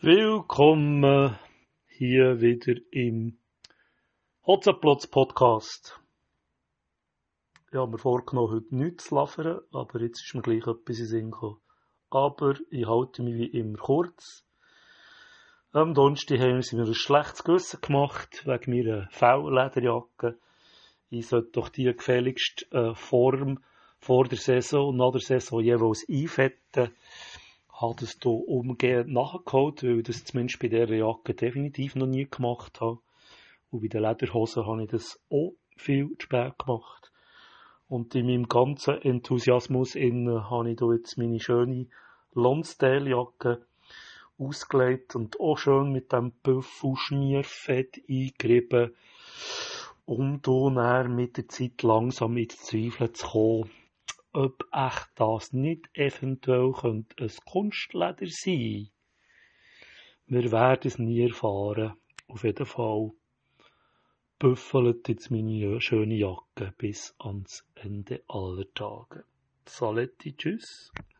Willkommen hier wieder im Hotzenplotz Podcast. Ich habe mir vorgenommen, heute nichts zu labern, aber jetzt ist mir gleich etwas in den Sinn gekommen. Aber ich halte mich wie immer kurz. Am Donnerstag haben sie mir ein schlechtes Gewissen gemacht, wegen meiner V-Lederjacke. Ich sollte doch die gefälligst Form vor der Saison und nach der Saison jeweils einfetten. Habe das hier umgehend nachgeholt, weil ich das zumindest bei dieser Jacke definitiv noch nie gemacht habe. Und bei den Lederhosen habe ich das auch viel zu spät gemacht. Und in meinem ganzen Enthusiasmus habe ich hier jetzt meine schöne Lonsdale-Jacke ausgelegt und auch schön mit dem Büffelschmierfett eingerieben, um hier mit der Zeit langsam in die Zweifel zu kommen, ob echt das nicht eventuell könnte ein Kunstleder sein. Wir werden es nie erfahren. Auf jeden Fall büffelt jetzt meine schöne Jacke bis ans Ende aller Tage. Saletti, tschüss.